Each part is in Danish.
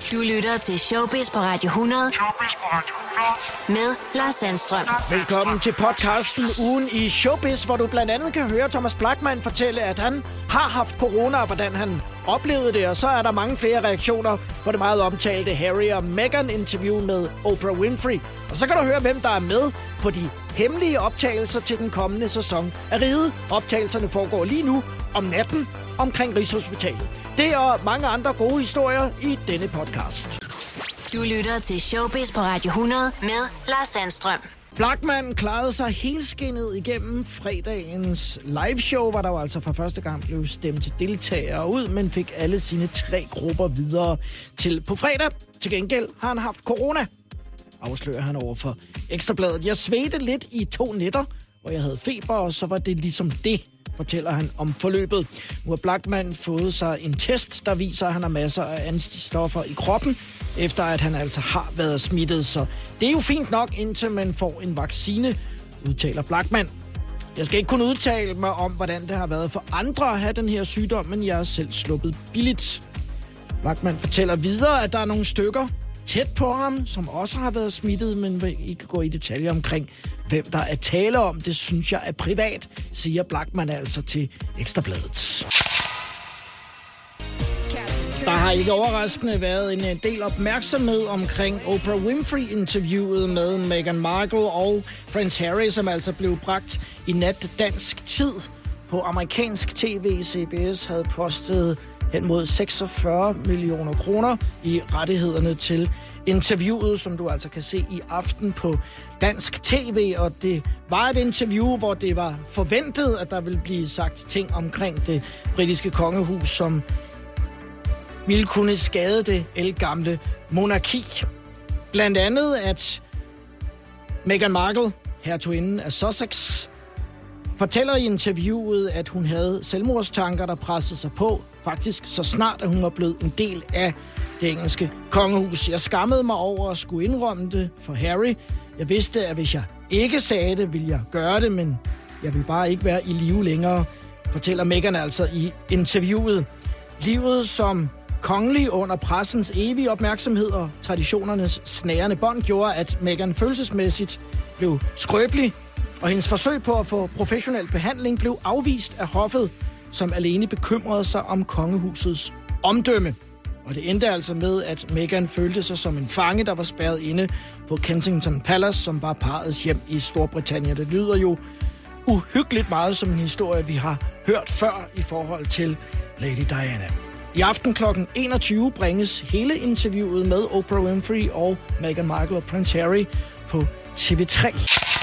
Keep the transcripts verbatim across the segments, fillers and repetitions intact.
Du lytter til Showbiz på Radio hundrede. Showbiz på Radio hundrede. Med Lars Sandstrøm. Velkommen til podcasten Ugen i Showbiz, hvor du blandt andet kan høre Thomas Blachman fortælle, at han har haft corona, og hvordan han oplevede det. Og så er der mange flere reaktioner på det meget omtalte Harry og Meghan interview med Oprah Winfrey. Og så kan du høre, hvem der er med på de hemmelige optagelser til den kommende sæson af Riget. Optagelserne foregår lige nu om natten omkring Rigshospitalet. Det og mange andre gode historier i denne podcast. Du lytter til Showbiz på Radio hundrede med Lars Sandstrøm. Blachman klarede sig helskindet igennem fredagens liveshow, hvor der jo altså for første gang blev stemt deltagere ud, men fik alle sine tre grupper videre til på fredag. Til gengæld har han haft corona, afslører han over for Ekstra Bladet. Jeg svedte lidt i to nætter, hvor jeg havde feber, og så var det ligesom det, fortæller han om forløbet. Nu har Blachman fået sig en test, der viser, at han har masser af antistoffer i kroppen, efter at han altså har været smittet. Så det er jo fint nok, indtil man får en vaccine, udtaler Blachman. Jeg skal ikke kun udtale mig om, hvordan det har været for andre at have den her sygdom, men jeg er selv sluppet billigt. Blachman fortæller videre, at der er nogle stykker tæt på ham, som også har været smittet, men vil ikke gå i detaljer omkring, hvem der er tale om. Det synes jeg er privat, siger Blachman altså til Ekstra Bladet. Der har ikke overraskende været en del opmærksomhed omkring Oprah Winfrey-interviewet med Meghan Markle og Prince Harry, som altså blev bragt i nat dansk tid på amerikansk tv. C B S havde postet hen mod seksogfyrre millioner kroner i rettighederne til interviewet, som du altså kan se i aften på dansk tv. Og det var et interview, hvor det var forventet, at der ville blive sagt ting omkring det britiske kongehus, som ville kunne skade det ældgamle monarki. Blandt andet, at Meghan Markle, hertuginden af Sussex, fortæller i interviewet, at hun havde selvmordstanker, der pressede sig på, faktisk så snart, at hun var blevet en del af det engelske kongehus. Jeg skammede mig over at skulle indrømme det for Harry. Jeg vidste, at hvis jeg ikke sagde det, ville jeg gøre det, men jeg ville bare ikke være i live længere, fortæller Meghan altså i interviewet. Livet som kongelig under pressens evige opmærksomhed og traditionernes snærende bånd gjorde, at Meghan følelsesmæssigt blev skrøbelig, og hendes forsøg på at få professionel behandling blev afvist af hoffet, som alene bekymrede sig om kongehusets omdømme. Og det endte altså med, at Meghan følte sig som en fange, der var spærret inde på Kensington Palace, som var parrets hjem i Storbritannien. Det lyder jo uhyggeligt meget som en historie, vi har hørt før i forhold til Lady Diana. I aften klokken enogtyve bringes hele interviewet med Oprah Winfrey og Meghan Markle og Prince Harry på T V tre.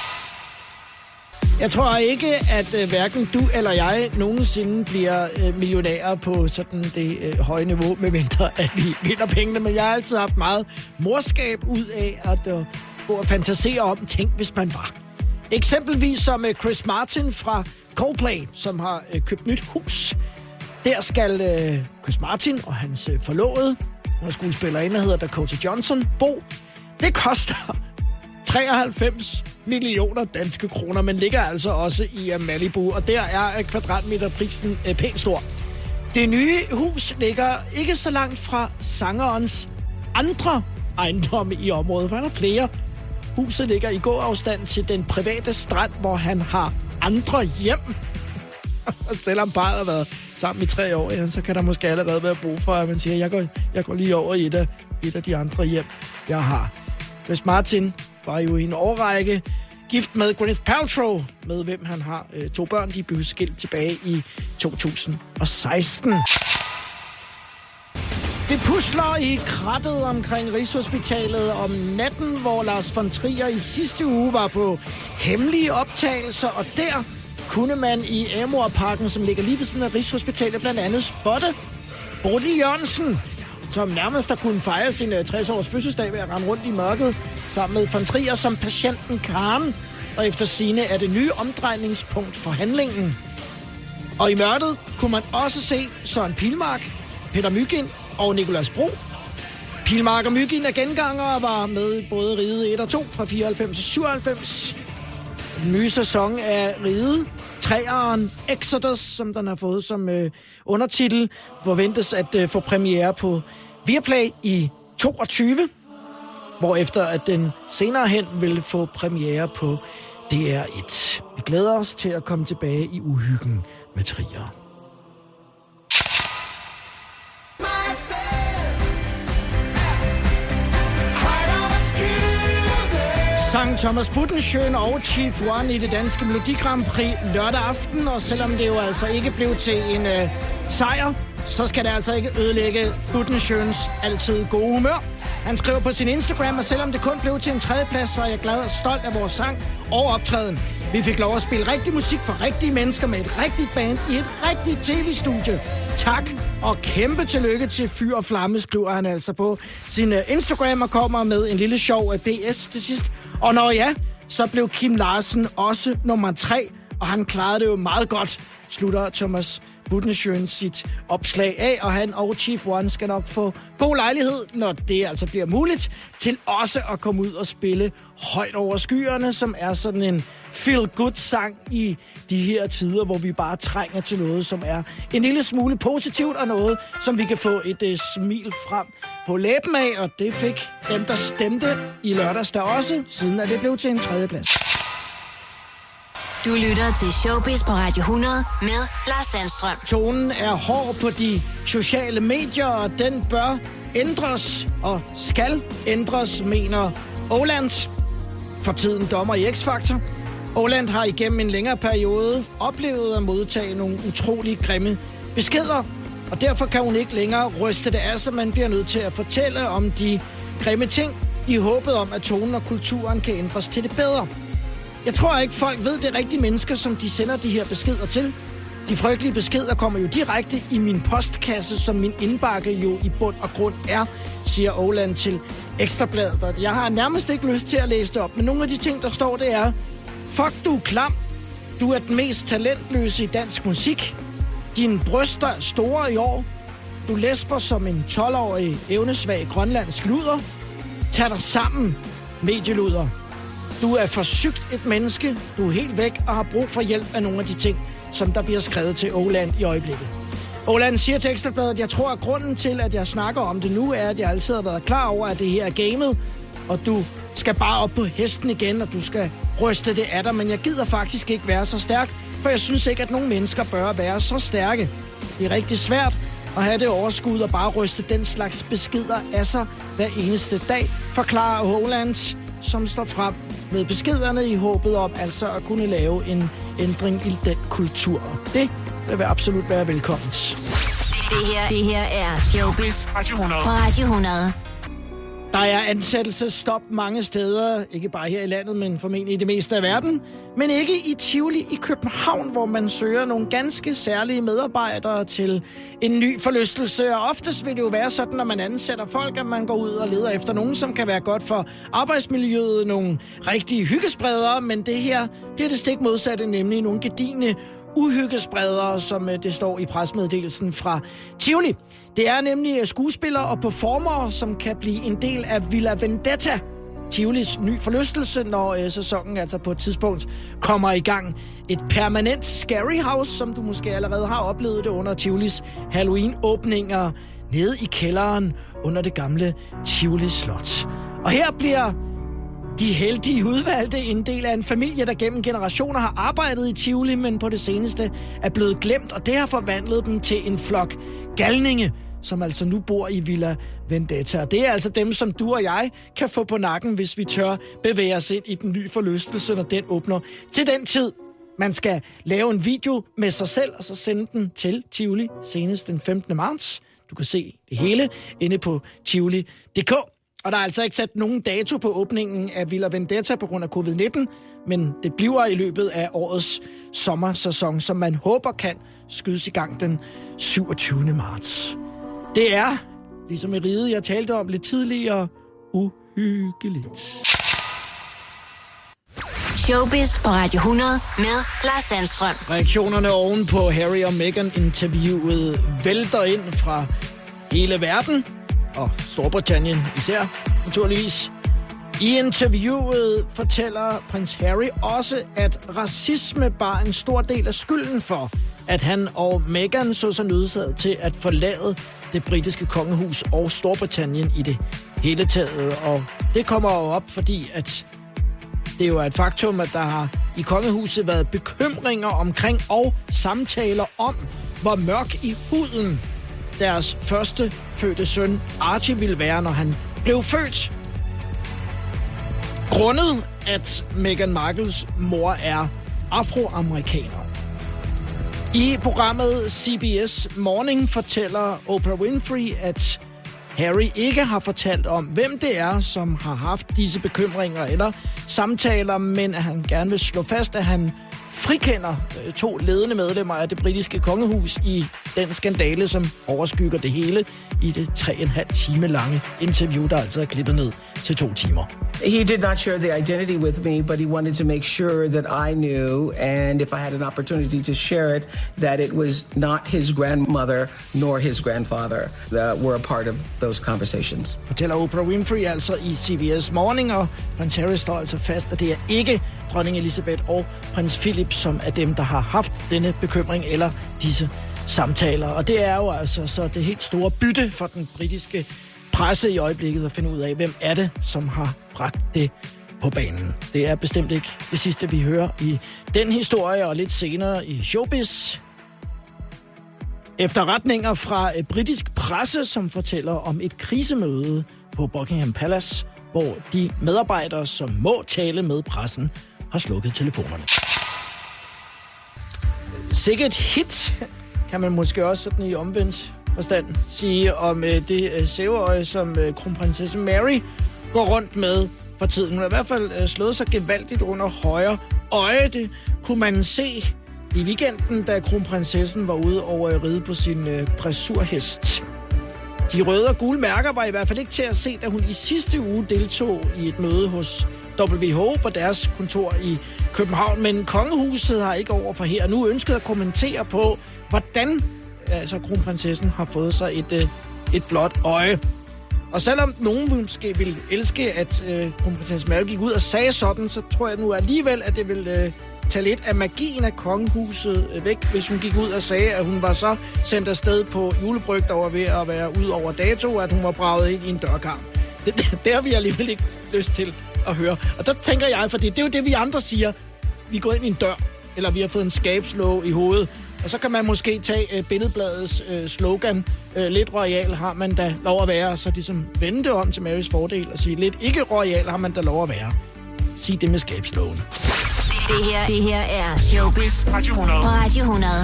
Jeg tror ikke, at øh, hverken du eller jeg nogensinde bliver øh, millionærer på sådan det øh, høje niveau, medmindre at vi vinder pengene. Men jeg har altid haft meget morskab ud af at øh, gå og fantasere om, tænk hvis man var. Eksempelvis som øh, Chris Martin fra Coldplay, som har øh, købt nyt hus. Der skal øh, Chris Martin og hans øh, forlovede, hun er skuespillerinde, der hedder Dakota Johnson, bo. Det koster treoghalvfems millioner danske kroner, men ligger altså også i Malibu, og der er kvadratmeterprisen øh, pænt stor. Det nye hus ligger ikke så langt fra sangerens andre ejendomme i området, for han har flere. Huset ligger i gåafstand til den private strand, hvor han har andre hjem. Selvom parret har været sammen i tre år, ja, så kan der måske allerede være brug for, at man siger, jeg går, jeg går lige over i et af, et af de andre hjem, jeg har. Chris Martin var jo i en årrække gift med Gwyneth Paltrow, med hvem han har øh, to børn. De blev skilt tilbage i to tusind og seksten. Det pusler i krattet omkring Rigshospitalet om natten, hvor Lars von Trier i sidste uge var på hemmelige optagelser, og der kunne man i Amorparken, som ligger lige ved siden af Rigshospitalet, blandt andet spotte Bodil Jørgensen, som nærmest har kunnet fejre sin tres-års fødselsdag ved at rende rundt i mørket sammen med von Trier som patienten Karen, og efter sigende er det nye omdrejningspunkt for handlingen. Og i mørket kunne man også se Søren Pilmark, Peter Mygind og Nicolas Bro. Pilmark og Mygind er gengangere, var med både Riget et og to fra fireoghalvfems og syvoghalvfems. Den nye sæson af Riget, treeren Exodus, som den har fået som øh, undertitel, forventes at øh, få premiere på Viaplay i toogtyve, hvorefter at den senere hen vil få premiere på D R et. Vi glæder os til at komme tilbage i uhyggen med Trier. Sang Thomas Buttenschön og Chief One i det danske Melodi Grand Prix lørdag aften, og selvom det jo altså ikke blev til en øh, sejr, så skal det altså ikke ødelægge Buttenschöns altid gode humør. Han skriver på sin Instagram, at selvom det kun blev til en tredjeplads, så er jeg glad og stolt af vores sang og optræden. Vi fik lov at spille rigtig musik for rigtige mennesker med et rigtigt band i et rigtigt tv-studie. Tak og kæmpe tillykke til Fyr og Flamme, skriver han altså på sin Instagram og kommer med en lille sjov P S til sidst. Og når ja, så blev Kim Larsen også nummer tre, og han klarede det jo meget godt, slutter Thomas Buttenschön sit opslag af, og han og Chief One skal nok få god lejlighed, når det altså bliver muligt, til også at komme ud og spille Højt over skyerne, som er sådan en feel-good-sang i de her tider, hvor vi bare trænger til noget, som er en lille smule positivt, og noget, som vi kan få et uh, smil frem på læben af, og det fik dem, der stemte i lørdags der også, siden at det blev til en tredjeplads. Du lytter til Showbiz på Radio hundrede med Lars Sandstrøm. Tonen er hård på de sociale medier, og den bør ændres og skal ændres, mener Åland, for tiden dommer i X-Factor. Åland har igennem en længere periode oplevet at modtage nogle utrolig grimme beskeder, og derfor kan hun ikke længere ryste det af, så man bliver nødt til at fortælle om de grimme ting, i håbet om, at tonen og kulturen kan ændres til det bedre. Jeg tror ikke, folk ved det rigtige mennesker, som de sender de her beskeder til. De frygtelige beskeder kommer jo direkte i min postkasse, som min indbakke jo i bund og grund er, siger Åland til Ekstrabladet. Jeg har nærmest ikke lyst til at læse det op, men nogle af de ting, der står, det er: fuck, du er klam. Du er den mest talentløse i dansk musik. Dine bryster er store i år. Du læsper som en tolv-årig evnesvag grønlandsk luder. Tag dig sammen, medieluder. Du er for sygt et menneske, du er helt væk og har brug for hjælp af nogle af de ting, som der bliver skrevet til Åland i øjeblikket. Åland siger til Ekstrabladet, at jeg tror, at grunden til, at jeg snakker om det nu, er, at jeg altid har været klar over, at det her er gamet, og du skal bare op på hesten igen, og du skal ryste det af dig, men jeg gider faktisk ikke være så stærk, for jeg synes ikke, at nogle mennesker bør være så stærke. Det er rigtig svært at have det overskud og bare ryste den slags beskeder af sig hver eneste dag, forklarer Åland, som står frem med beskederne i håbet om altså at kunne lave en ændring i den kultur. Det vil absolut være velkomment. Det her, det her er Showbiz på Radio hundrede. Der er ansættelsesstop mange steder, ikke bare her i landet, men formentlig i det meste af verden, men ikke i Tivoli i København, hvor man søger nogle ganske særlige medarbejdere til en ny forlystelse. Og oftest vil det jo være sådan, når man ansætter folk, at man går ud og leder efter nogen, som kan være godt for arbejdsmiljøet, nogle rigtige hyggespredere, men det her bliver det stik modsatte, nemlig nogle gedigne uhyggespredere, som det står i pressemeddelelsen fra Tivoli. Det er nemlig skuespillere og performere, som kan blive en del af Villa Vendetta, Tivolis ny forlystelse, når øh, sæsonen altså på et tidspunkt kommer i gang. Et permanent scary house, som du måske allerede har oplevet det under Tivolis Halloween-åbninger nede i kælderen under det gamle Tivoli Slot. Og her bliver de heldige udvalgte en del af en familie, der gennem generationer har arbejdet i Tivoli, men på det seneste er blevet glemt, og det har forvandlet dem til en flok galninge, som altså nu bor i Villa Vendetta. Det er altså dem, som du og jeg kan få på nakken, hvis vi tør bevæge os ind i den nye forlystelse, når den åbner til den tid. Man skal lave en video med sig selv, og så sende den til Tivoli senest den femtende marts. Du kan se det hele inde på tivoli punktum d k. Og der er altså ikke sat nogen dato på åbningen af Villa Vendetta på grund af covid nitten, men det bliver i løbet af årets sommersæson, som man håber kan skydes i gang den syvogtyvende marts. Det er, ligesom i riget, jeg talte om lidt tidligere, uhyggeligt. Showbiz på Radio hundrede med Lars Sandstrøm. Reaktionerne oven på Harry og Meghan interviewet vælter ind fra hele verden, og Storbritannien især, naturligvis. I interviewet fortæller prins Harry også, at racisme bar en stor del af skylden for, at han og Meghan så sig nødsaget til at forlade det britiske kongehus og Storbritannien i det hele taget. Og det kommer jo op, fordi at det jo er et faktum, at der har i kongehuset været bekymringer omkring og samtaler om, hvor mørk i huden deres første fødte søn Archie ville være, når han blev født. Grundet, at Meghan Markles mor er afroamerikaner. I programmet C B S Morning fortæller Oprah Winfrey, at Harry ikke har fortalt om, hvem det er, som har haft disse bekymringer eller samtaler, men at han gerne vil slå fast, at han frikender to ledende medlemmer af det britiske kongehus i den skandale, som overskygger det hele i det tre og en halv time lange interview, der altså er klippet ned til to timer. He did not share the identity with me, but he wanted to make sure that I knew, and if I had an opportunity to share it, that it was not his grandmother nor his grandfather that were a part of those conversations. Fortæller Oprah Winfrey altså i C B S Morning, og prins Harry står altså fast, at det er ikke dronning Elizabeth og prins Philip, som er dem, der har haft denne bekymring eller disse samtaler. Og det er jo altså så det helt store bytte for den britiske presse i øjeblikket at finde ud af, hvem er det, som har bragt det på banen. Det er bestemt ikke det sidste, vi hører i den historie, og lidt senere i Showbiz. Efterretninger fra britisk presse, som fortæller om et krisemøde på Buckingham Palace, hvor de medarbejdere, som må tale med pressen, har slukket telefonerne. Sikkert hit, kan man måske også sådan i omvendt forstand sige om øh, det øh, sæveøje, som øh, kronprinsesse Mary går rundt med for tiden. Hun har i hvert fald øh, slået sig gevaldigt under højre øje. Det kunne man se i weekenden, da kronprinsessen var ude over at ride på sin øh, dressurhest. De røde og gule mærker var i hvert fald ikke til at se, da hun i sidste uge deltog i et møde hos W H O på deres kontor i København. Men kongehuset har ikke overfor her nu ønsket at kommentere på, hvordan altså kronprinsessen har fået sig et, et blåt øje. Og selvom nogen måske ville elske, at øh, kronprinsesse Mary gik ud og sagde sådan, så tror jeg nu alligevel, at det vil øh, tage lidt af magien af kongehuset øh, væk, hvis hun gik ud og sagde, at hun var så sendt afsted på julebryg, der var ved at være ud over dato, at hun var braget ind i en dørkarm. Det, det, det har vi alligevel ikke lyst til at høre. Og der tænker jeg, fordi det er jo det, vi andre siger. Vi er gået ind i en dør, eller vi har fået en skabslåge i hovedet. Og så kan man måske tage øh, Billedbladets øh, slogan, øh, lidt royal har man da lov at være, så ligesom vende om til Marys fordel og sige, lidt ikke royal har man da lov at være. Sig det med skabslågen. Det her, det her er Showbiz på Radio hundrede.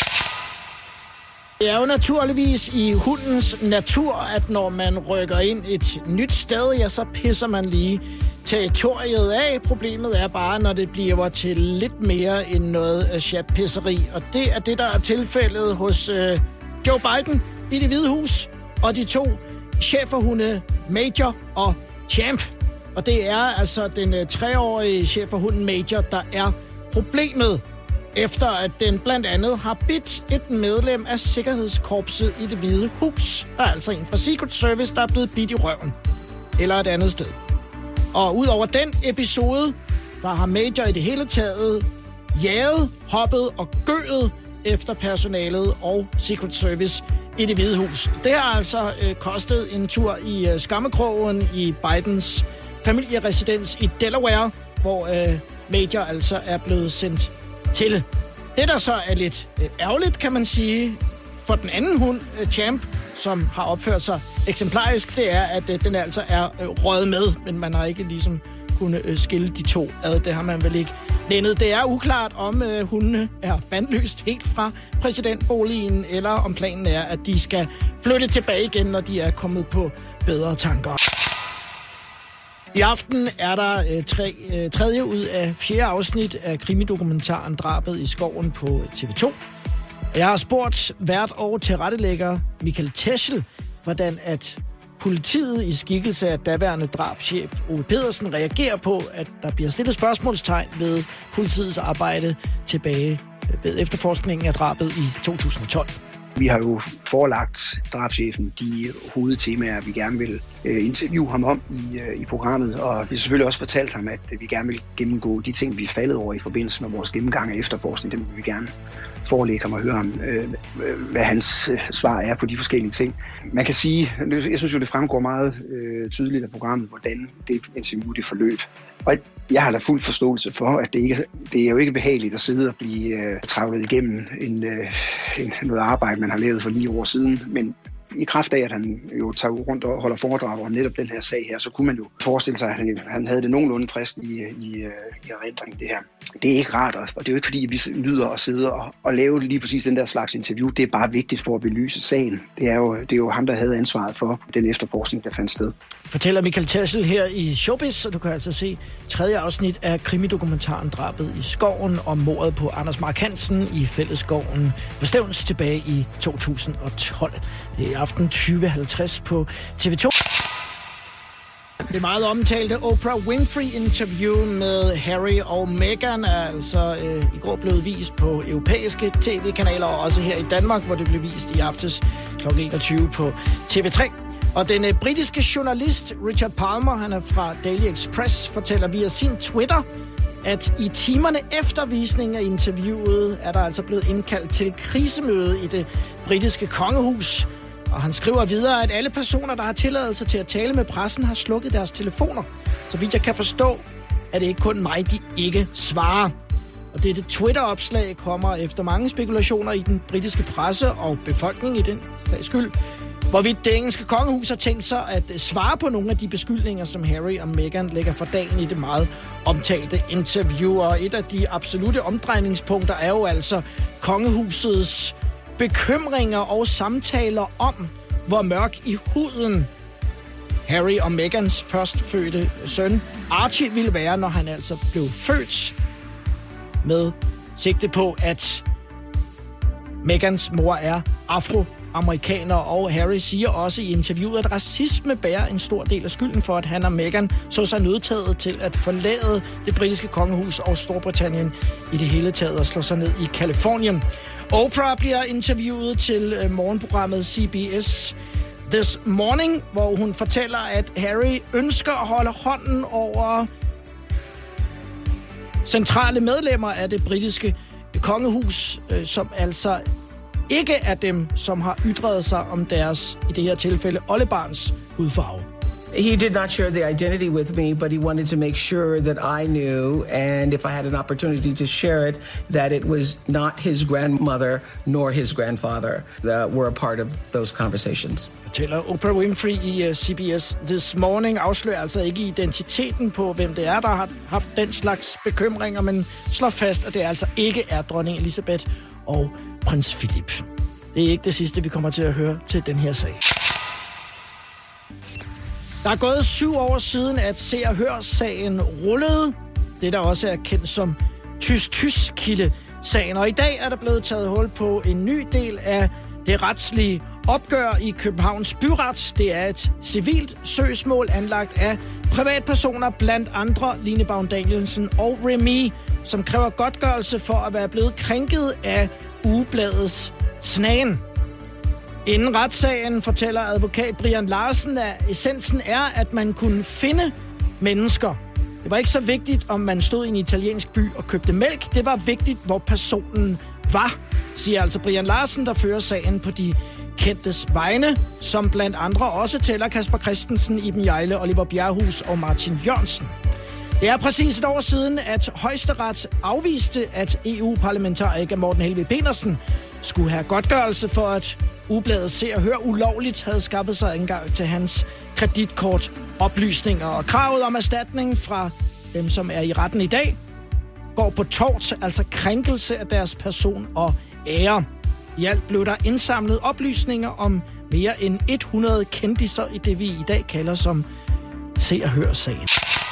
Det er jo naturligvis i hundens natur, at når man rykker ind et nyt sted, ja, så pisser man lige territoriet af. Problemet er bare, når det bliver til lidt mere end noget chatpisseri. Og det er det, der er tilfældet hos øh, Joe Biden i Det Hvide Hus. Og de to cheferhunde, Major og Champ. Og det er altså den øh, treårige cheferhunden Major, der er problemet, efter at den blandt andet har bidt et medlem af sikkerhedskorpset i Det Hvide Hus. Der er altså en fra Secret Service, der er blevet bidt i røven. Eller et andet sted. Og ud over den episode, der har Major i det hele taget jaget, hoppet og gøet efter personalet og Secret Service i Det Hvide Hus. Det har altså øh, kostet en tur i øh, skammekrogen i Bidens familieresidens i Delaware, hvor øh, Major altså er blevet sendt til. Det, der så er lidt øh, ærgerligt, kan man sige, for den anden hund, øh, Champ, som har opført sig eksemplarisk, det er, at øh, den altså er øh, røget med, men man har ikke ligesom kunne øh, skille de to ad. Det har man vel ikke lændet. Det er uklart, om øh, hundene er bandlyst helt fra præsidentboligen, eller om planen er, at de skal flytte tilbage igen, når de er kommet på bedre tanker. I aften er der øh, tre, øh, tredje ud af fjerde afsnit af krimidokumentaren Drabet i skoven på T V to. Jeg har spurgt vært og tilrettelægger Michael Teschel, hvordan at politiet i skikkelse af daværende drabschef Ove Pedersen reagerer på, at der bliver stillet spørgsmålstegn ved politiets arbejde tilbage ved efterforskningen af drabet i to tusind og tolv. Vi har jo forelagt drabschefen de hovedtemaer, vi gerne vil øh, interviewe ham om i, øh, i programmet, og vi har selvfølgelig også fortalt ham, at øh, vi gerne vil gennemgå de ting, vi er faldet over i forbindelse med vores gennemgang af efterforskning. Det vil vi gerne forelægge ham og høre ham, øh, hvad hans øh, svar er på de forskellige ting. Man kan sige, jeg synes jo, det fremgår meget øh, tydeligt af programmet, hvordan det interview det forløb. Og jeg har da fuld forståelse for, at det, ikke, det er jo ikke behageligt at sidde og blive øh, travlet igennem en, øh, en, noget arbejde, man har lavet for lige år siden, men i kraft af, at han jo tager rundt og holder foredrag om netop den her sag her, så kunne man jo forestille sig, at han, han havde det nogenlunde frisk i, i, i erindring, det her. Det er ikke rart, og det er jo ikke fordi, vi nyder at sidde og, og lave lige præcis den der slags interview. Det er bare vigtigt for at belyse sagen. Det er jo, det er jo ham, der havde ansvaret for den efterforskning, der fandt sted. Fortæller Michael Teschel her i Showbiz, og du kan altså se tredje afsnit af krimidokumentaren Drabet i skoven om mordet på Anders Mark Hansen i Fællesskoven på Stevns tilbage i to tusind og tolv. Det er aften tyve halvtreds på T V to. Det meget omtalte Oprah Winfrey-interview med Harry og Meghan er altså øh, i går blevet vist på europæiske tv-kanaler, og også her i Danmark, hvor det blev vist i aftes klokken enogtyve på T V tre. Og den øh, britiske journalist Richard Palmer, han er fra Daily Express, fortæller via sin Twitter, at i timerne efter visningen af interviewet er der altså blevet indkaldt til krisemøde i det britiske kongehus. Og han skriver videre, at alle personer, der har tilladelse til at tale med pressen, har slukket deres telefoner. Så vidt jeg kan forstå, er det ikke kun mig, de ikke svarer. Og dette Twitter-opslag kommer efter mange spekulationer i den britiske presse og befolkningen i den sags skyld, hvorvidt det engelske kongehus har tænkt sig at svare på nogle af de beskyldninger, som Harry og Meghan lægger for dagen i det meget omtalte interview. Og et af de absolute omdrejningspunkter er jo altså kongehusets bekymringer og samtaler om, hvor mørk i huden Harry og Meghans førstfødte søn Archie ville være, når han altså blev født, med sigte på, at Meghans mor er afroamerikaner, og Harry siger også i interviewet, at racisme bærer en stor del af skylden for, at han og Meghan så sig nødtaget til at forlade det britiske kongehus og Storbritannien i det hele taget og slå sig ned i Californien. Oprah bliver interviewet til morgenprogrammet C B S This Morning, hvor hun fortæller, at Harry ønsker at holde hånden over centrale medlemmer af det britiske kongehus, som altså ikke er dem, som har ytret sig om deres, i det her tilfælde, oldebarns hudfarve. He did not share the identity with me, but he wanted to make sure that I knew, and if I had an opportunity to share it, that it was not his grandmother nor his grandfather that were a part of those conversations. Fortæller Oprah Winfrey i uh, C B S This Morning, afslører altså ikke identiteten på, hvem det er, der har haft den slags bekymringer, men slår fast, at det altså ikke er dronning Elizabeth og prins Philip. Det er ikke det sidste, vi kommer til at høre til den her sag. Der er gået syv år siden, at Se og Hør-sagen rullede. Det der også er kendt som Tys-Tys-Kilde-sagen. Og i dag er der blevet taget hul på en ny del af det retslige opgør i Københavns Byret. Det er et civilt søgsmål anlagt af privatpersoner, blandt andre Line Baun Danielsen og Remy, som kræver godtgørelse for at være blevet krænket af Ugebladets Snagen. Inden retssagen fortæller advokat Brian Larsen, at essensen er, at man kunne finde mennesker. Det var ikke så vigtigt, om man stod i en italiensk by og købte mælk. Det var vigtigt, hvor personen var, siger altså Brian Larsen, der fører sagen på de kendtes vegne, som blandt andre også tæller Kasper Christensen, Iben Hjejle, Oliver Bjerrehus og Martin Jørgensen. Det er præcis et år siden, at Højesteret afviste, at E U-parlamentariker Morten Helveg Petersen skulle have godtgørelse for, at Ugebladet Se og Hør ulovligt havde skaffet sig adgang til hans kreditkortoplysninger. Og kravet om erstatning fra dem, som er i retten i dag, går på tort, altså krænkelse af deres person og ære. I alt blev der indsamlet oplysninger om mere end hundrede kendisser i det, vi i dag kalder som Se og Hør-sagen.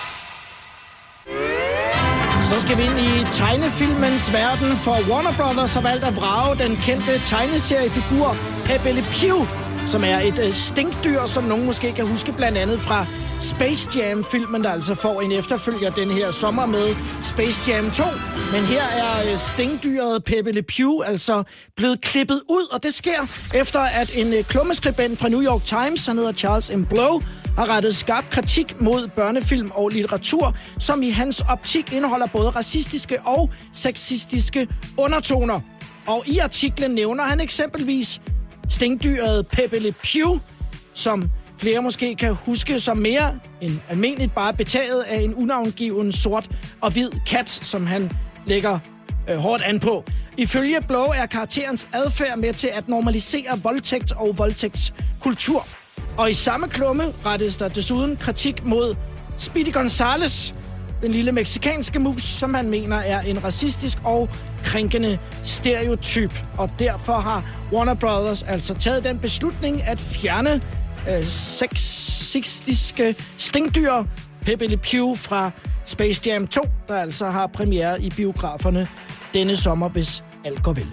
Så skal vi ind i tegnefilmens verden, for Warner Brothers har valgt at vrage den kendte tegneseriefigur Pepe Le Pew, som er et øh, stinkdyr, som nogen måske kan huske blandt andet fra Space Jam-filmen, der altså får en efterfølger den her sommer med Space Jam to. Men her er øh, stinkdyret Pepe Le Pew altså blevet klippet ud, og det sker efter, at en øh, klummeskribent fra New York Times, han hedder Charles M. Blow, har rettet skarp kritik mod børnefilm og litteratur, som i hans optik indeholder både racistiske og sexistiske undertoner. Og i artiklen nævner han eksempelvis stinkdyret Pepe Le Pew, som flere måske kan huske som mere end almindeligt bare betaget af en unavngiven sort og hvid kat, som han lægger øh, hårdt an på. Ifølge Blow er karakterens adfærd med til at normalisere voldtægt og voldtægtskultur. Og i samme klumme rettes der desuden kritik mod Speedy Gonzales, den lille meksikanske mus, som han mener er en racistisk og krænkende stereotyp. Og derfor har Warner Brothers altså taget den beslutning at fjerne øh, sexistiske stinkdyr Pepe Le Pew fra Space Jam to, der altså har premiere i biograferne denne sommer, hvis alt går vel.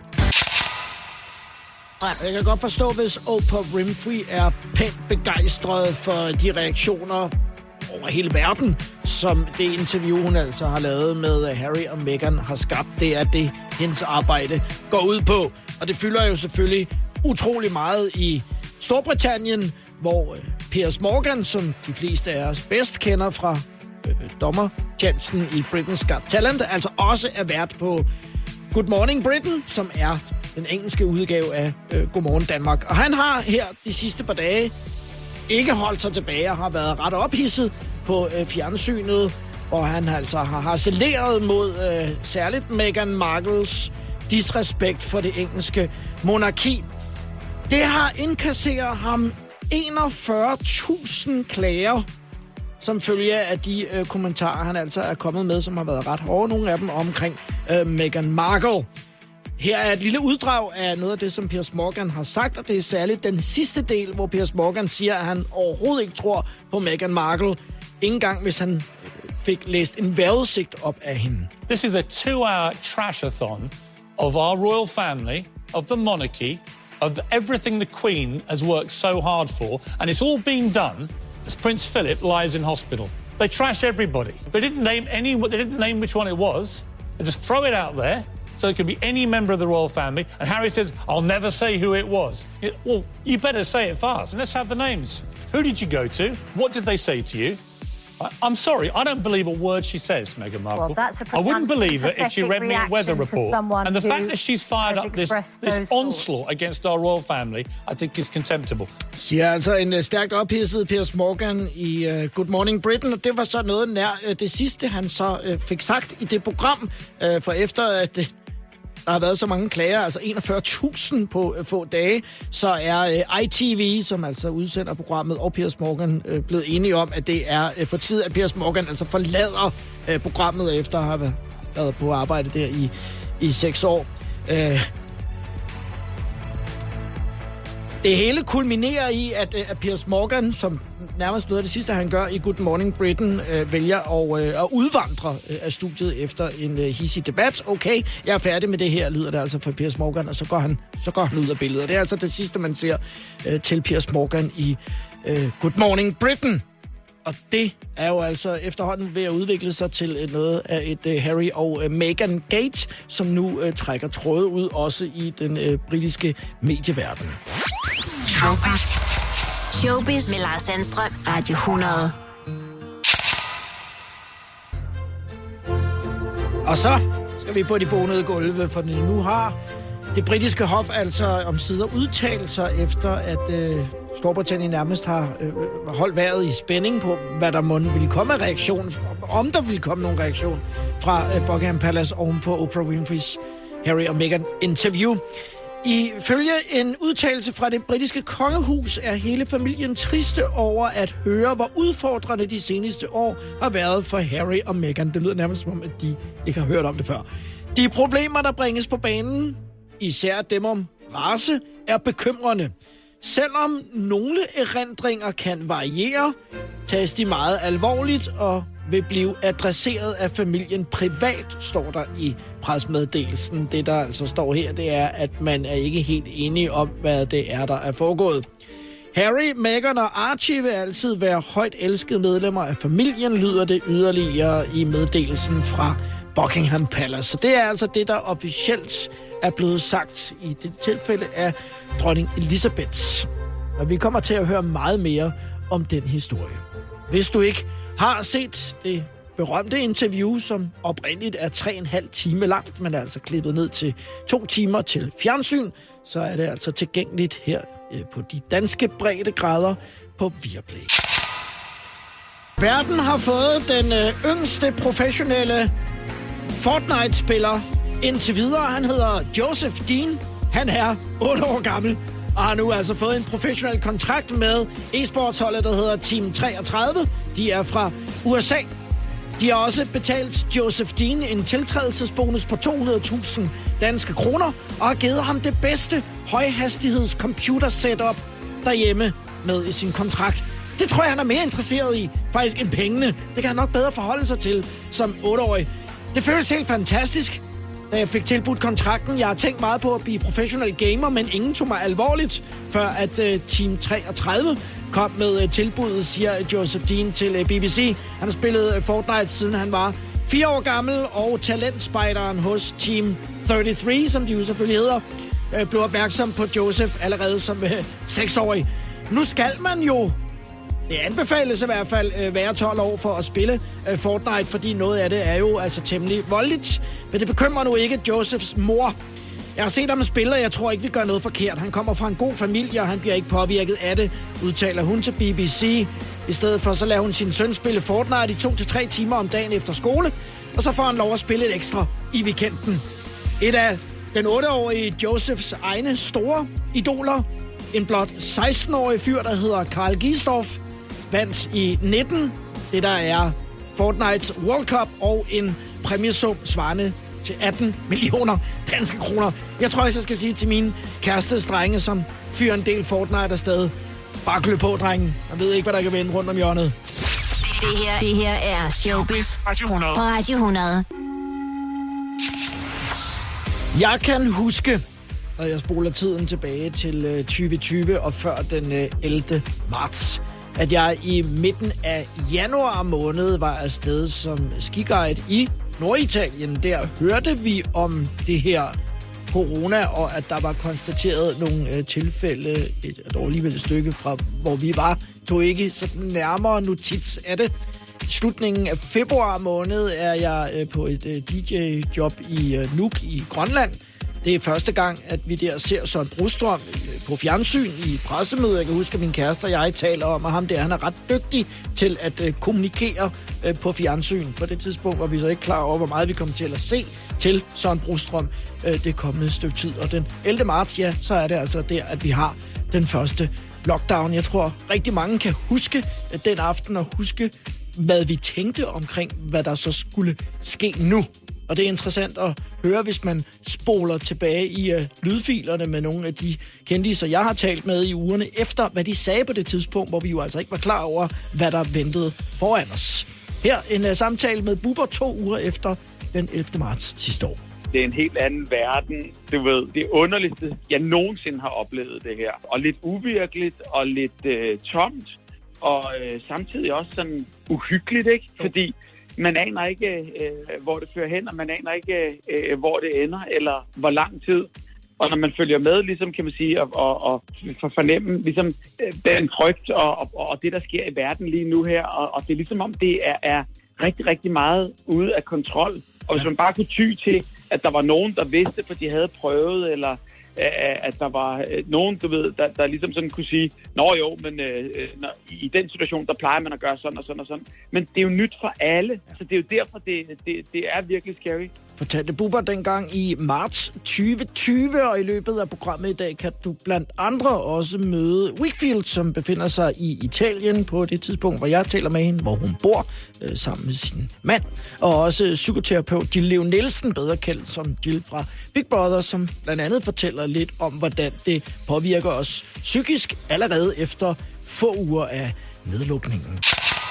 Jeg kan godt forstå, hvis Oprah Winfrey er pænt begejstret for de reaktioner over hele verden, som det interview, hun altså har lavet med Harry og Meghan, har skabt. Det er det, hendes arbejde går ud på. Og det fylder jo selvfølgelig utrolig meget i Storbritannien, hvor Piers Morgan, som de fleste af os bedst kender fra øh, dommertjenesten i Britain's Got Talent, altså også er vært på Good Morning Britain, som er den engelske udgave af øh, Godmorgen Danmark. Og han har her de sidste par dage ikke holdt sig tilbage og har været ret ophidset på øh, fjernsynet, hvor han altså har harceleret mod øh, særligt Meghan Markles disrespekt for det engelske monarki. Det har indkasseret ham enogfyrre tusind klager, som følge af de øh, kommentarer, han altså er kommet med, som har været ret hårde, nogle af dem omkring øh, Meghan Markle. Her er et lille uddrag af noget af det, som Piers Morgan har sagt, og det er særligt den sidste del, hvor Piers Morgan siger, at han overhovedet ikke tror på Meghan Markle, ikke engang hvis han fik læst en vejrudsigt op af hende. This is a two-hour trash-a-thon of our royal family, of the monarchy, of the, everything the Queen has worked so hard for, and it's all being done as Prince Philip lies in hospital. They trash everybody. They didn't name any. They didn't name which one it was. They just throw it out there, so it could be any member of the royal family. And Harry says, "I'll never say who it was." Well, you better say it fast. Let's have the names. Who did you go to? What did they say to you? I'm sorry, I don't believe a word she says, Meghan Markle. Well, that's a I wouldn't believe it if she read me a weather report. And the fact that she's fired up this, this onslaught against our royal family, I think is contemptible. Siger altså en uh, stærkt ophidset Piers Morgan i uh, Good Morning Britain, og det var så noget nær uh, det sidste, han så uh, fik sagt i det program, uh, for efter at uh, der har været så mange klager, altså enogfyrre tusind på uh, få dage, så er uh, I T V, som altså udsender programmet, og Piers Morgan uh, blevet enige om, at det er uh, på tide, at Piers Morgan altså forlader uh, programmet, efter at have været på arbejde der i, i seks år. Uh, Det hele kulminerer i, at, at Piers Morgan, som nærmest noget af det sidste, han gør i Good Morning Britain, øh, vælger at, øh, at udvandre øh, af studiet efter en øh, hissig debat. Okay, jeg er færdig med det her, lyder det altså for Piers Morgan, og så går han, så går han ud af billedet. Det er altså det sidste, man ser øh, til Piers Morgan i øh, Good Morning Britain. Og det er jo altså efterhånden ved at udvikle sig til noget af et uh, Harry og uh, Meghan Gate, som nu uh, trækker tråde ud også i den uh, britiske medieverden. Showbiz. Showbiz med Lars Sandstrøm, Radio hundrede. Og så skal vi på de bonede gulve, for nu har det britiske hof altså omsider udtalt sig efter, at øh, Storbritannien nærmest har øh, holdt vejret i spænding på, hvad der måtte ville komme af reaktion, om der ville komme nogen reaktion fra øh, Buckingham Palace oven på Oprah Winfreys Harry og Meghan interview. Ifølge en udtalelse fra det britiske kongehus er hele familien triste over at høre, hvor udfordrende de seneste år har været for Harry og Meghan. Det lyder nærmest som om, at de ikke har hørt om det før. De problemer, der bringes på banen, især dem om race, er bekymrende. Selvom nogle erindringer kan variere, tages de meget alvorligt og vil blive adresseret af familien privat, står der i pressemeddelelsen. Det, der altså står her, det er, at man er ikke helt enige om, hvad det er, der er foregået. Harry, Meghan og Archie vil altid være højt elskede medlemmer af familien, lyder det yderligere i meddelelsen fra Buckingham Palace. Så det er altså det, der officielt er blevet sagt i det tilfælde af dronning Elizabeth. Og vi kommer til at høre meget mere om den historie. Hvis du ikke har set det berømte interview, som oprindeligt er tre og en halv time langt, men er altså klippet ned til to timer til fjernsyn, så er det altså tilgængeligt her øh, på de danske breddegrader på Viaplay. Verden har fået den øh, yngste professionelle Fortnite-spiller indtil videre. Han hedder Joseph Dean. Han er otte år gammel og har nu altså fået en professionel kontrakt med e-sportsholdet, der hedder Team treogtredive. De er fra U S A. De har også betalt Joseph Dean en tiltrædelsesbonus på to hundrede tusind danske kroner og har givet ham det bedste højhastigheds computer setup derhjemme med i sin kontrakt. Det tror jeg, han er mere interesseret i, faktisk, end pengene. Det kan han nok bedre forholde sig til som otteårig. Det føles helt fantastisk, da jeg fik tilbudt kontrakten. Jeg har tænkt meget på at blive professionel gamer, men ingen tog mig alvorligt, før at uh, Team treogtredive kom med uh, tilbuddet, siger Joseph Dean til uh, B B C. Han har spillet uh, Fortnite, siden han var fire år gammel, og talentspejderen hos Team treogtredive, som de jo selvfølgelig hedder, uh, blev opmærksom på Joseph allerede som uh, seksårig. Nu skal man jo... Det anbefales i hvert fald øh, være tolv år for at spille øh, Fortnite, fordi noget af det er jo altså temmelig voldeligt. Men det bekymrer nu ikke Josephs mor. Jeg har set ham spille, og jeg tror ikke, vi gør noget forkert. Han kommer fra en god familie, og han bliver ikke påvirket af det, udtaler hun til B B C. I stedet for så lader hun sin søn spille Fortnite i to til tre timer om dagen efter skole, og så får han lov at spille et ekstra i weekenden. Et af den otteårige Josephs egne store idoler, en blot seksten-årig fyr, der hedder Karl Giesdorf, vandt i nitten, det der er Fortnite World Cup, og en præmiesum svarende til atten millioner danske kroner. Jeg tror, jeg skal sige til mine kærestes drenge, som fyrer en del Fortnite afsted: bare klø på, drengen. Jeg ved ikke, hvad der kan vende rundt om hjørnet. Det her, det her er Showbiz Radio hundrede. på Radio hundrede. Jeg kan huske, når jeg spoler tiden tilbage til tyve tyve og før den ellevte marts, at jeg i midten af januar måned var afsted som skiguide i Norditalien. Der hørte vi om det her corona, og at der var konstateret nogle øh, tilfælde, et, et alligevel et stykke fra, hvor vi var, tog ikke sådan nærmere notits af det. I slutningen af februar måned er jeg øh, på et øh, D J-job i øh, Nuuk i Grønland. Det er første gang, at vi der ser Søren Brostrøm på fjernsyn i pressemøder. Jeg kan huske, at min kæreste og jeg taler om, at ham der, han er ret dygtig til at uh, kommunikere uh, på fjernsyn. På det tidspunkt var vi så ikke klar over, hvor meget vi kom til at se til Søren Brostrøm uh, det kommende stykke tid. Og den ellevte marts, ja, så er det altså der, at vi har den første lockdown. Jeg tror, rigtig mange kan huske uh, den aften og huske, hvad vi tænkte omkring, hvad der så skulle ske nu. Og det er interessant at høre, hvis man spoler tilbage i uh, lydfilerne med nogle af de kendiser, jeg har talt med i ugerne efter, hvad de sagde på det tidspunkt, hvor vi jo altså ikke var klar over, hvad der ventede foran os. Her en uh, samtale med Bubber to uger efter den ellevte marts sidste år. Det er en helt anden verden. Du ved, det underligste, jeg nogensinde har oplevet det her. Og lidt uvirkeligt og lidt øh, tomt. Og øh, samtidig også sådan uhyggeligt, ikke? Fordi man aner ikke, øh, hvor det fører hen, og man aner ikke, øh, hvor det ender, eller hvor lang tid. Og når man følger med, ligesom kan man sige, og, og, og fornemme ligesom, øh, den frygt og, og, og det, der sker i verden lige nu her. Og, og det er ligesom om, det er, er rigtig, rigtig meget ude af kontrol. Og hvis man bare kunne ty til, at der var nogen, der vidste, for de havde prøvet, eller at der var nogen, du ved, der, der ligesom sådan kunne sige, nå jo, men øh, når, i den situation, der plejer man at gøre sådan og sådan og sådan. Men det er jo nyt for alle, så det er jo derfor, det, det, det er virkelig scary. Fortalte Bubber dengang i marts tyve tyve, og i løbet af programmet i dag kan du blandt andre også møde Wakefield, som befinder sig i Italien på det tidspunkt, hvor jeg taler med hende, hvor hun bor øh, sammen med sin mand, og også psykoterapeut Jill Leo Nielsen, bedre kendt som Jill fra Big Brother, som blandt andet fortæller lidt om, hvordan det påvirker os psykisk allerede efter få uger af nedlukningen.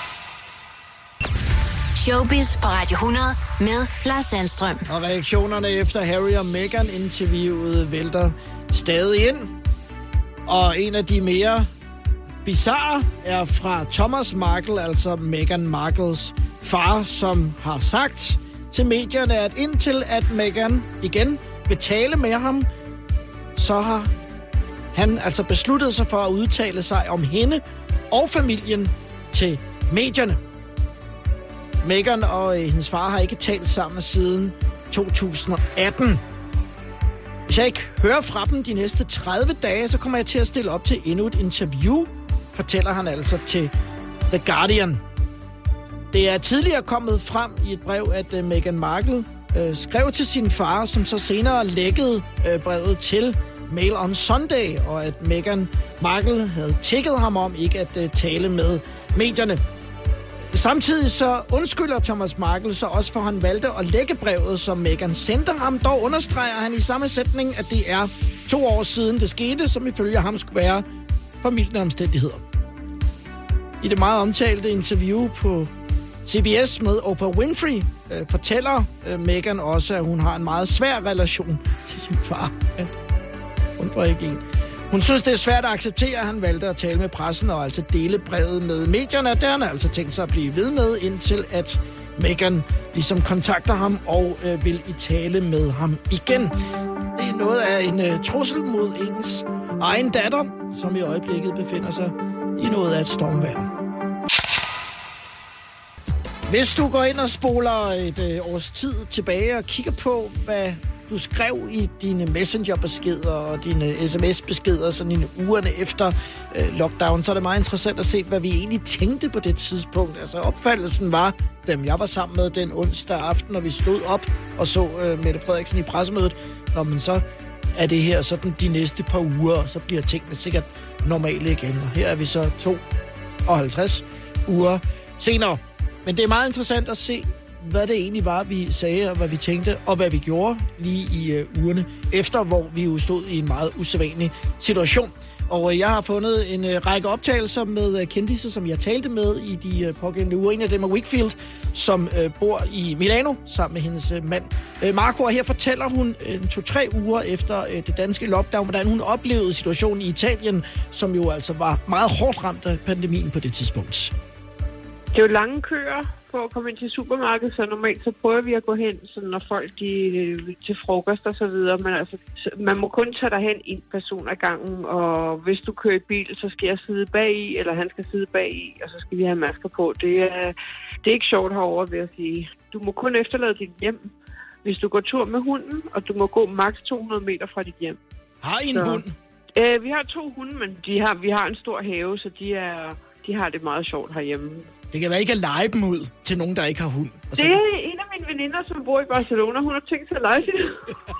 Showbiz på Radio hundrede med Lars Sandstrøm. Og reaktionerne efter Harry og Meghan interviewet vælter stadig ind. Og en af de mere bizarre er fra Thomas Markle, altså Meghan Markles far, som har sagt til medierne, at indtil at Meghan igen vil tale med ham, så har han altså besluttet sig for at udtale sig om hende og familien til medierne. Meghan og øh, hendes far har ikke talt sammen siden to tusind atten. Hvis jeg ikke hører fra dem de næste tredive dage, så kommer jeg til at stille op til endnu et interview, fortæller han altså til The Guardian. Det er tidligere kommet frem i et brev, at uh, Meghan Markle uh, skrev til sin far, som så senere lækkede uh, brevet til Mail on Sunday, og at Meghan Markle havde tækket ham om ikke at uh, tale med medierne. Samtidig så undskylder Thomas Markle så også, for han valgte at lægge brevet, som Meghan sendte ham. Dog understreger han i samme sætning, at det er to år siden det skete, som ifølge ham skulle være formildende omstændigheder. I det meget omtalte interview på C B S med Oprah Winfrey øh, fortæller øh, Meghan også, at hun har en meget svær relation til sin far. Ja. Undrer ikke en. Hun synes, det er svært at acceptere, at han valgte at tale med pressen og altså dele brevet med medierne. Der har han altså tænkt sig at blive ved med, indtil at Meghan ligesom kontakter ham og øh, vil i tale med ham igen. Det er noget af en øh, trussel mod ens egen datter, som i øjeblikket befinder sig i noget af et stormvejr. Hvis du går ind og spoler et øh, års tid tilbage og kigger på, hvad du skrev i dine messengerbeskeder og dine sms-beskeder sådan i ugerne efter øh, lockdown, så er det meget interessant at se, hvad vi egentlig tænkte på det tidspunkt. Altså opfattelsen var, dem jeg var sammen med den onsdag aften, når vi stod op og så øh, Mette Frederiksen i pressemødet, når man så er det her sådan de næste par uger, og så bliver tingene sikkert normale igen. Og her er vi så tooghalvtreds uger senere. Men det er meget interessant at se, hvad det egentlig var, vi sagde, og hvad vi tænkte, og hvad vi gjorde lige i øh, ugerne efter, hvor vi jo stod i en meget usædvanlig situation. Og øh, jeg har fundet en øh, række optagelser med øh, kendisser, som jeg talte med i de øh, pågældende uger. En af dem er Wakefield, som øh, bor i Milano sammen med hendes øh, mand øh, Marco. Og her fortæller hun øh, to-tre uger efter øh, det danske lockdown, hvordan hun oplevede situationen i Italien, som jo altså var meget hårdt ramt af pandemien på det tidspunkt. Det er jo lange køer for at komme ind til supermarkedet, så normalt så prøver vi at gå hen, så når folk de til frokost og så videre, men altså, man må kun tage derhen en person ad gangen, og hvis du kører i bil, så skal jeg sidde bag i, eller han skal sidde bag i, og så skal vi have masker på. Det er, det er ikke sjovt herovre, vil jeg sige. Du må kun efterlade dit hjem, hvis du går tur med hunden, og du må gå maks to hundrede meter fra dit hjem. Har I en så, hund? Øh, vi har to hunde, men de har, vi har en stor have, så de, er, de har det meget sjovt herhjemme. Det kan være ikke at lege dem ud til nogen, der ikke har hund. Det er en af mine veninder, som bor i Barcelona. Hun har tænkt sig at lege sin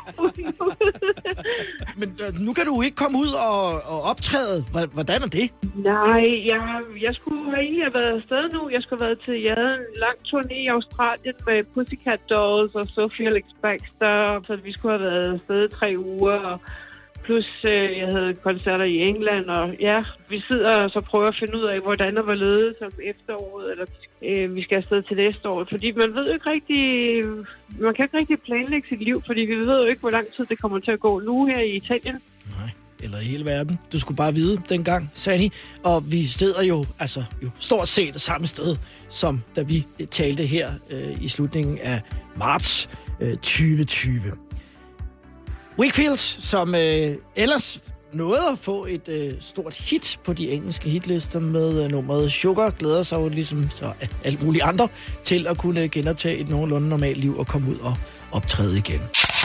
Men øh, nu kan du ikke komme ud og, og optræde. Hvordan er det? Nej, jeg, jeg skulle have egentlig have været afsted nu. Jeg skulle have været til, jeg havde en lang turné i Australien med Pussycat Dolls og Sophie Alex Baxter. Så vi skulle have været afsted i tre uger, og plus øh, jeg havde koncerter i England, og ja, vi sidder og så prøver at finde ud af, hvordan og hvorledes som efteråret, eller øh, vi skal afsted til næste år. Fordi man ved jo ikke rigtig, man kan ikke rigtig planlægge sit liv, fordi vi ved jo ikke, hvor lang tid det kommer til at gå nu her i Italien. Nej, eller i hele verden. Du skulle bare vide dengang, Sani. Og vi sidder jo, altså jo stort set samme sted, som da vi talte her øh, i slutningen af marts øh, tyve tyve. Wakefield, som øh, ellers nåede at få et øh, stort hit på de engelske hitlister med øh, nummeret Sugar, glæder sig jo ligesom så alle mulige andre til at kunne genoptage et nogenlunde normalt liv og komme ud og optræde igen.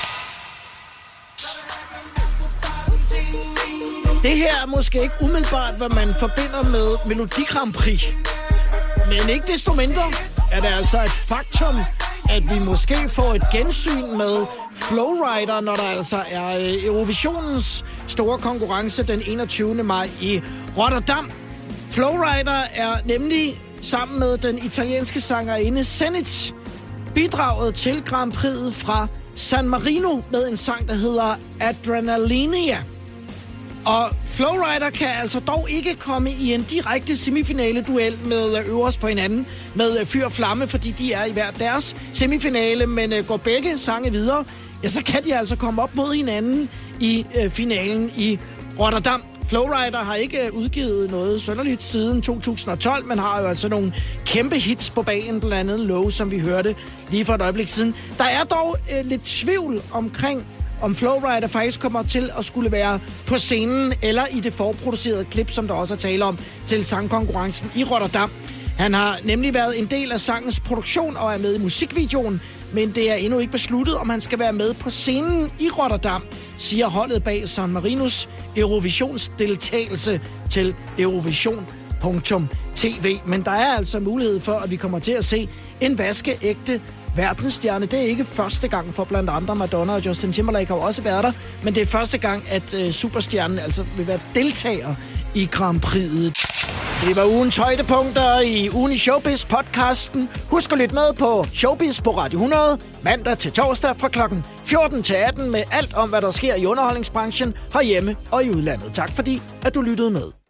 Det her er måske ikke umiddelbart, hvad man forbinder med Melodi Grand Prix. Men ikke desto mindre er det altså et faktum, at vi måske får et gensyn med Flowrider, når der altså er Eurovisionens store konkurrence den enogtyvende maj i Rotterdam. Flowrider er nemlig sammen med den italienske sangerinde Zenith bidraget til Grand Prix'et fra San Marino med en sang, der hedder Adrenalinia. Og Flowrider kan altså dog ikke komme i en direkte semifinale-duel med øverst på hinanden med Fyr og Flamme, fordi de er i hver deres semifinale, men går begge sange videre, ja, så kan de altså komme op mod hinanden i øh, finalen i Rotterdam. Flowrider har ikke udgivet noget sønderligt siden to tusind og tolv, men har jo altså nogle kæmpe hits på bagen, blandt andet Low, som vi hørte lige for et øjeblik siden. Der er dog øh, lidt tvivl omkring om Flowrider faktisk kommer til at skulle være på scenen eller i det forproducerede klip, som der også er tale om til sangkonkurrencen i Rotterdam. Han har nemlig været en del af sangens produktion og er med i musikvideoen, men det er endnu ikke besluttet, om han skal være med på scenen i Rotterdam, siger holdet bag San Marinos Eurovisionsdeltagelse til Eurovision punktum t v. Men der er altså mulighed for, at vi kommer til at se en vaskeægte verdensstjerne. Det er ikke første gang for blandt andre Madonna og Justin Timberlake har også været der, men det er første gang, at uh, superstjernen altså vil være deltager i Grand Prix'et. Det var ugens højdepunkter i Ugen i Showbiz podcasten. Husk at lytte med på Showbiz på Radio hundrede mandag til torsdag fra klokken fjorten til atten med alt om, hvad der sker i underholdningsbranchen herhjemme og i udlandet. Tak fordi, at du lyttede med.